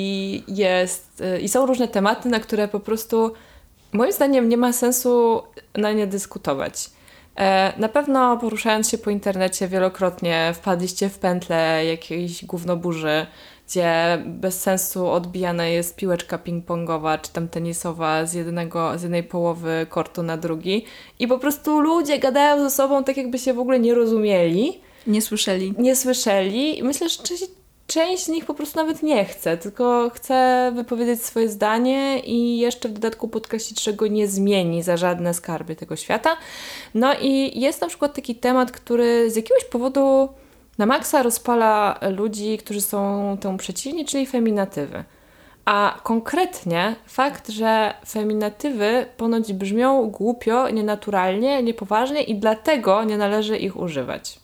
I są różne tematy, na które po prostu moim zdaniem nie ma sensu na nie dyskutować. Na pewno poruszając się po internecie wielokrotnie wpadliście w pętlę jakiejś gównoburzy, gdzie bez sensu odbijana jest piłeczka ping-pongowa czy tam tenisowa z jednej połowy kortu na drugi i po prostu ludzie gadają ze sobą tak, jakby się w ogóle nie rozumieli. Nie słyszeli. I myślę, że część z nich po prostu nawet nie chce, tylko chce wypowiedzieć swoje zdanie i jeszcze w dodatku podkreślić, że go nie zmieni za żadne skarby tego świata. No i jest na przykład taki temat, który z jakiegoś powodu na maksa rozpala ludzi, którzy są temu przeciwni, czyli feminatywy. A konkretnie fakt, że feminatywy ponoć brzmią głupio, nienaturalnie, niepoważnie i dlatego nie należy ich używać.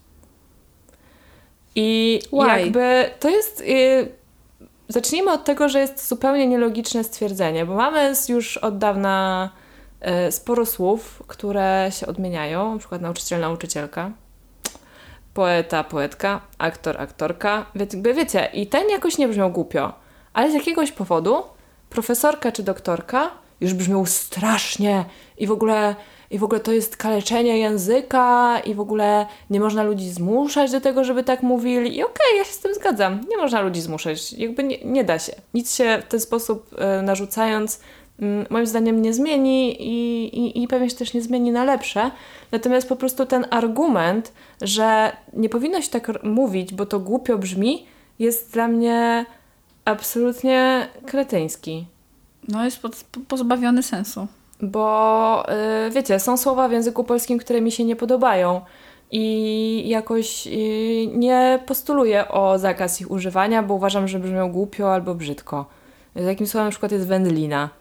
I jakby to jest... zacznijmy od tego, że jest zupełnie nielogiczne stwierdzenie, bo mamy już od dawna sporo słów, które się odmieniają, na przykład nauczyciel, nauczycielka, poeta, poetka, aktor, aktorka. Wiecie, i ten jakoś nie brzmiał głupio, ale z jakiegoś powodu profesorka czy doktorka już brzmiał strasznie i w ogóle to jest kaleczenie języka i w ogóle nie można ludzi zmuszać do tego, żeby tak mówili. I okej, ja się z tym zgadzam. Nie można ludzi zmuszać. Jakby nie da się. Nic się w ten sposób narzucając moim zdaniem nie zmieni i pewnie się też nie zmieni na lepsze. Natomiast po prostu ten argument, że nie powinno się tak mówić, bo to głupio brzmi, jest dla mnie absolutnie kretyński. No jest pozbawiony sensu. Bo wiecie, są słowa w języku polskim, które mi się nie podobają i jakoś nie postuluję o zakaz ich używania, bo uważam, że brzmią głupio albo brzydko. Takim słowem na przykład jest wędlina.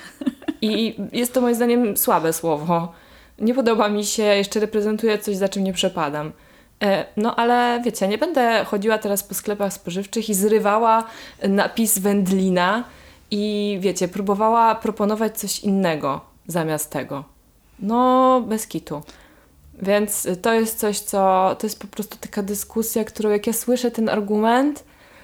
I jest to moim zdaniem słabe słowo. Nie podoba mi się, jeszcze reprezentuje coś, za czym nie przepadam. No ale wiecie, nie będę chodziła teraz po sklepach spożywczych i zrywała napis wędlina i wiecie, próbowała proponować coś innego zamiast tego. No, bez kitu. Więc to jest coś, to jest po prostu taka dyskusja, którą jak ja słyszę ten argument,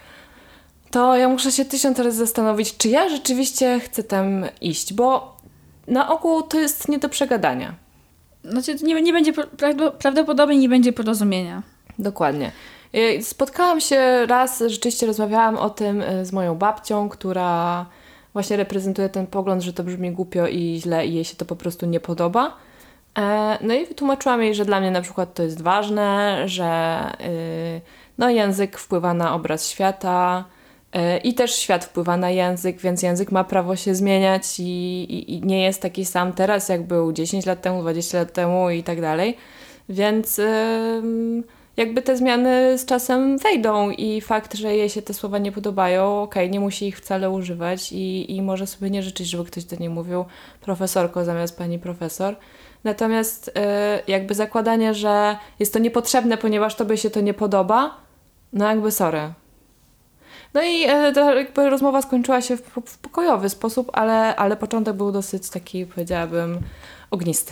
to ja muszę się 1000 razy zastanowić, czy ja rzeczywiście chcę tam iść, bo na ogół to jest nie do przegadania. Znaczy, nie będzie, prawdopodobnie nie będzie porozumienia. Dokładnie. Spotkałam się raz, rzeczywiście rozmawiałam o tym z moją babcią, która właśnie reprezentuje ten pogląd, że to brzmi głupio i źle i jej się to po prostu nie podoba. No i wytłumaczyłam jej, że dla mnie na przykład to jest ważne, że no, język wpływa na obraz świata i też świat wpływa na język, więc język ma prawo się zmieniać i nie jest taki sam teraz, jak był 10 lat temu, 20 lat temu i tak dalej. Więc jakby te zmiany z czasem wejdą i fakt, że jej się te słowa nie podobają, okej, nie musi ich wcale używać i może sobie nie życzyć, żeby ktoś do niej mówił profesorko zamiast pani profesor. Natomiast jakby zakładanie, że jest to niepotrzebne, ponieważ tobie się to nie podoba, no jakby sorry. No i jakby rozmowa skończyła się w pokojowy sposób, ale początek był dosyć taki, powiedziałabym, ognisty.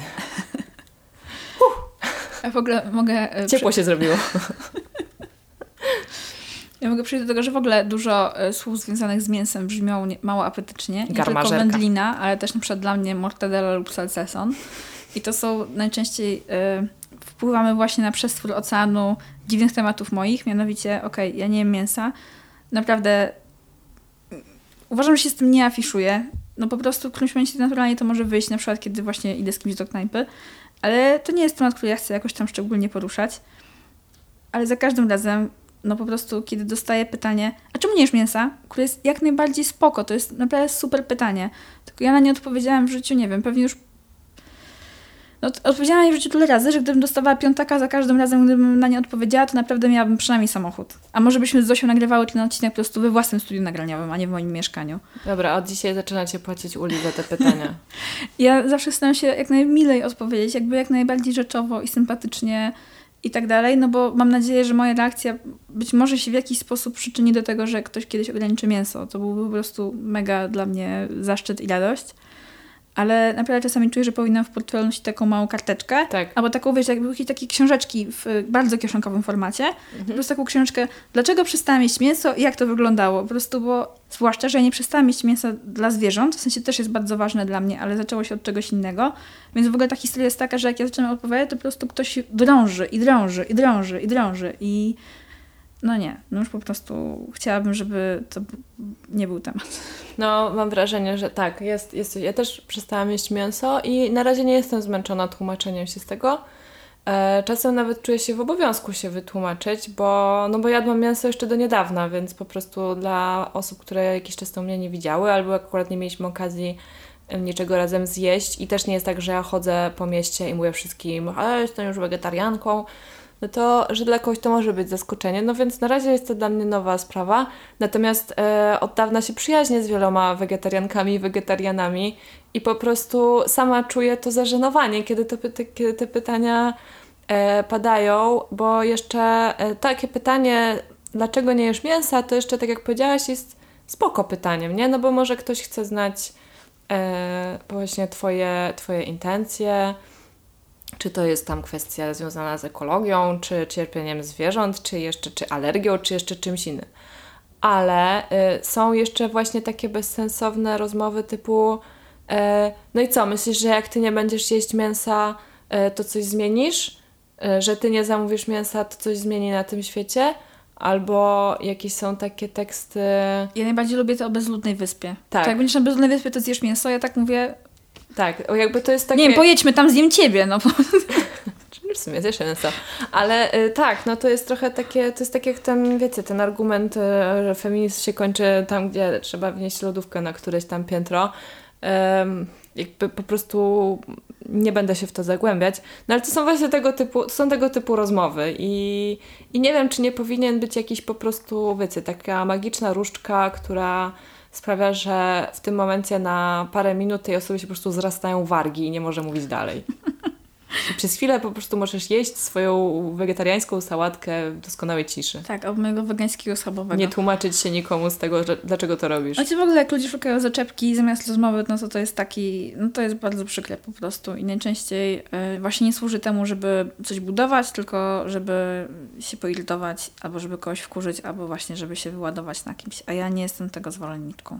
Ja w ogóle mogę... Ciepło się zrobiło. Ja mogę przejść do tego, że w ogóle dużo słów związanych z mięsem brzmią mało apetycznie. Nie tylko wędlina, ale też na przykład dla mnie mortadella lub salceson. I to są najczęściej... wpływamy właśnie na przestwór oceanu dziwnych tematów moich, mianowicie, ja nie jem mięsa. Naprawdę uważam, że się z tym nie afiszuję. No po prostu w którymś momencie naturalnie to może wyjść, na przykład kiedy właśnie idę z kimś do knajpy. Ale to nie jest temat, który ja chcę jakoś tam szczególnie poruszać. Ale za każdym razem, no po prostu, kiedy dostaję pytanie, a czemu nie jesz mięsa? Które jest jak najbardziej spoko, to jest naprawdę super pytanie. Tylko ja na nie odpowiedziałam w życiu, nie wiem, pewnie już... No, odpowiedziałam na nie w życiu tyle razy, że gdybym dostawała piątaka za każdym razem, gdybym na nie odpowiedziała, to naprawdę miałabym przynajmniej samochód. A może byśmy z Zosią nagrywały ten odcinek po prostu we własnym studiu nagraniowym, a nie w moim mieszkaniu. Dobra, od dzisiaj zaczynacie płacić Uli za te pytania. Ja zawsze staram się jak najmilej odpowiedzieć, jakby jak najbardziej rzeczowo i sympatycznie i tak dalej, no bo mam nadzieję, że moja reakcja być może się w jakiś sposób przyczyni do tego, że ktoś kiedyś ograniczy mięso. To byłby po prostu mega dla mnie zaszczyt i radość. ale naprawdę czasami czuję, że powinnam w portfelu nosić taką małą karteczkę. Tak. Albo taką, wiesz, jakby jakieś takie książeczki w bardzo kieszonkowym formacie. Po prostu taką książeczkę, dlaczego przestałam jeść mięso i jak to wyglądało. Po prostu, bo zwłaszcza, że ja nie przestałam jeść mięsa dla zwierząt, w sensie też jest bardzo ważne dla mnie, ale zaczęło się od czegoś innego. Więc w ogóle ta historia jest taka, że jak ja zaczynam odpowiadać, to po prostu ktoś drąży i drąży i drąży i drąży i no nie, no już po prostu chciałabym, żeby to nie był temat. No, mam wrażenie, że tak, jest. Ja też przestałam jeść mięso i na razie nie jestem zmęczona tłumaczeniem się z tego. Czasem nawet czuję się w obowiązku się wytłumaczyć, bo jadłam mięso jeszcze do niedawna, więc po prostu dla osób, które jakiś czas temu mnie nie widziały, albo akurat nie mieliśmy okazji niczego razem zjeść i też nie jest tak, że ja chodzę po mieście i mówię wszystkim, ale jestem już wegetarianką, no to, że dla kogoś to może być zaskoczenie, no więc na razie jest to dla mnie nowa sprawa, natomiast od dawna się przyjaźnię z wieloma wegetariankami i wegetarianami i po prostu sama czuję to zażenowanie, kiedy te pytania padają, bo jeszcze takie pytanie, dlaczego nie jesz mięsa, to jeszcze tak jak powiedziałaś jest spoko pytaniem, nie? No bo może ktoś chce znać właśnie twoje intencje, czy to jest tam kwestia związana z ekologią, czy cierpieniem zwierząt, czy alergią, czy jeszcze czymś innym. Ale są jeszcze właśnie takie bezsensowne rozmowy typu no i co, myślisz, że jak ty nie będziesz jeść mięsa, to coś zmienisz? Że ty nie zamówisz mięsa, to coś zmieni na tym świecie? Albo jakieś są takie teksty... Ja najbardziej lubię to o bezludnej wyspie. Tak. To jak będziesz na bezludnej wyspie, to zjesz mięso, ja tak mówię... Tak, jakby to jest takie... Nie wiem, pojedźmy tam, zjem ciebie, no. W sumie zjesz mięso. Ale tak, no to jest trochę takie, to jest tak jak ten, wiecie, ten argument, że feminizm się kończy tam, gdzie trzeba wnieść lodówkę na któreś tam piętro. Jakby po prostu nie będę się w to zagłębiać. No ale to są właśnie tego typu rozmowy i nie wiem, czy nie powinien być jakiś po prostu, wiecie, taka magiczna różdżka, która sprawia, że w tym momencie na parę minut tej osobie się po prostu wzrastają wargi i nie może mówić dalej. I przez chwilę po prostu możesz jeść swoją wegetariańską sałatkę w doskonałej ciszy. Tak, albo mojego wegańskiego schabowego. Nie tłumaczyć się nikomu z tego, dlaczego to robisz. Znaczy w ogóle jak ludzie szukają zaczepki zamiast rozmowy, no to jest taki, no to jest bardzo przykre po prostu i najczęściej właśnie nie służy temu, żeby coś budować, tylko żeby się poirytować, albo żeby kogoś wkurzyć, albo właśnie żeby się wyładować na kimś, a ja nie jestem tego zwolenniczką.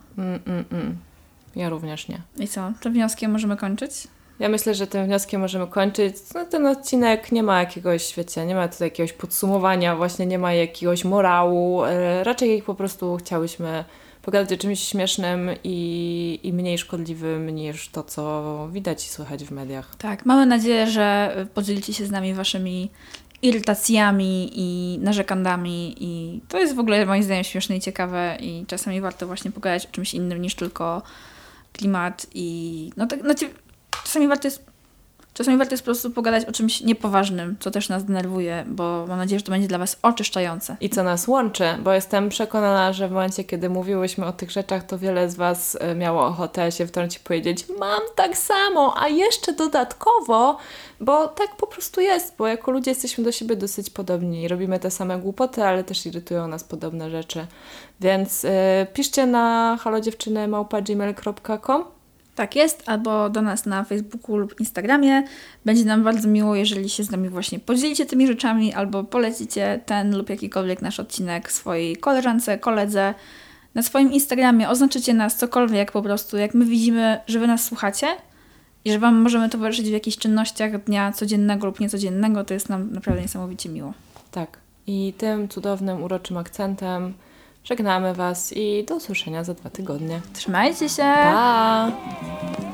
Ja również nie. I co? Tym wnioskiem możemy kończyć? Ja myślę, że tym wnioskiem możemy kończyć. No, ten odcinek nie ma jakiegoś, wiecie, nie ma tutaj jakiegoś podsumowania, właśnie nie ma jakiegoś morału. Raczej po prostu chciałyśmy pogadać o czymś śmiesznym i mniej szkodliwym niż to, co widać i słychać w mediach. Tak, mamy nadzieję, że podzielicie się z nami waszymi irytacjami i narzekandami i to jest w ogóle moim zdaniem śmieszne i ciekawe i czasami warto właśnie pogadać o czymś innym niż tylko klimat i no tak, znaczy czasami warto jest po prostu pogadać o czymś niepoważnym, co też nas denerwuje, bo mam nadzieję, że to będzie dla was oczyszczające. I co nas łączy, bo jestem przekonana, że w momencie, kiedy mówiłyśmy o tych rzeczach, to wiele z was miało ochotę się wtrącić i powiedzieć, mam tak samo, a jeszcze dodatkowo, bo tak po prostu jest, bo jako ludzie jesteśmy do siebie dosyć podobni i robimy te same głupoty, ale też irytują nas podobne rzeczy. Więc piszcie na halodziewczyny@gmail.com. Tak jest, albo do nas na Facebooku lub Instagramie. Będzie nam bardzo miło, jeżeli się z nami właśnie podzielicie tymi rzeczami, albo polecicie ten lub jakikolwiek nasz odcinek swojej koleżance, koledze. Na swoim Instagramie oznaczycie nas cokolwiek po prostu, jak my widzimy, że wy nas słuchacie i że wam możemy towarzyszyć w jakichś czynnościach dnia codziennego lub niecodziennego, to jest nam naprawdę niesamowicie miło. Tak. I tym cudownym, uroczym akcentem żegnamy was i do usłyszenia za 2 tygodnie. Trzymajcie się! Pa!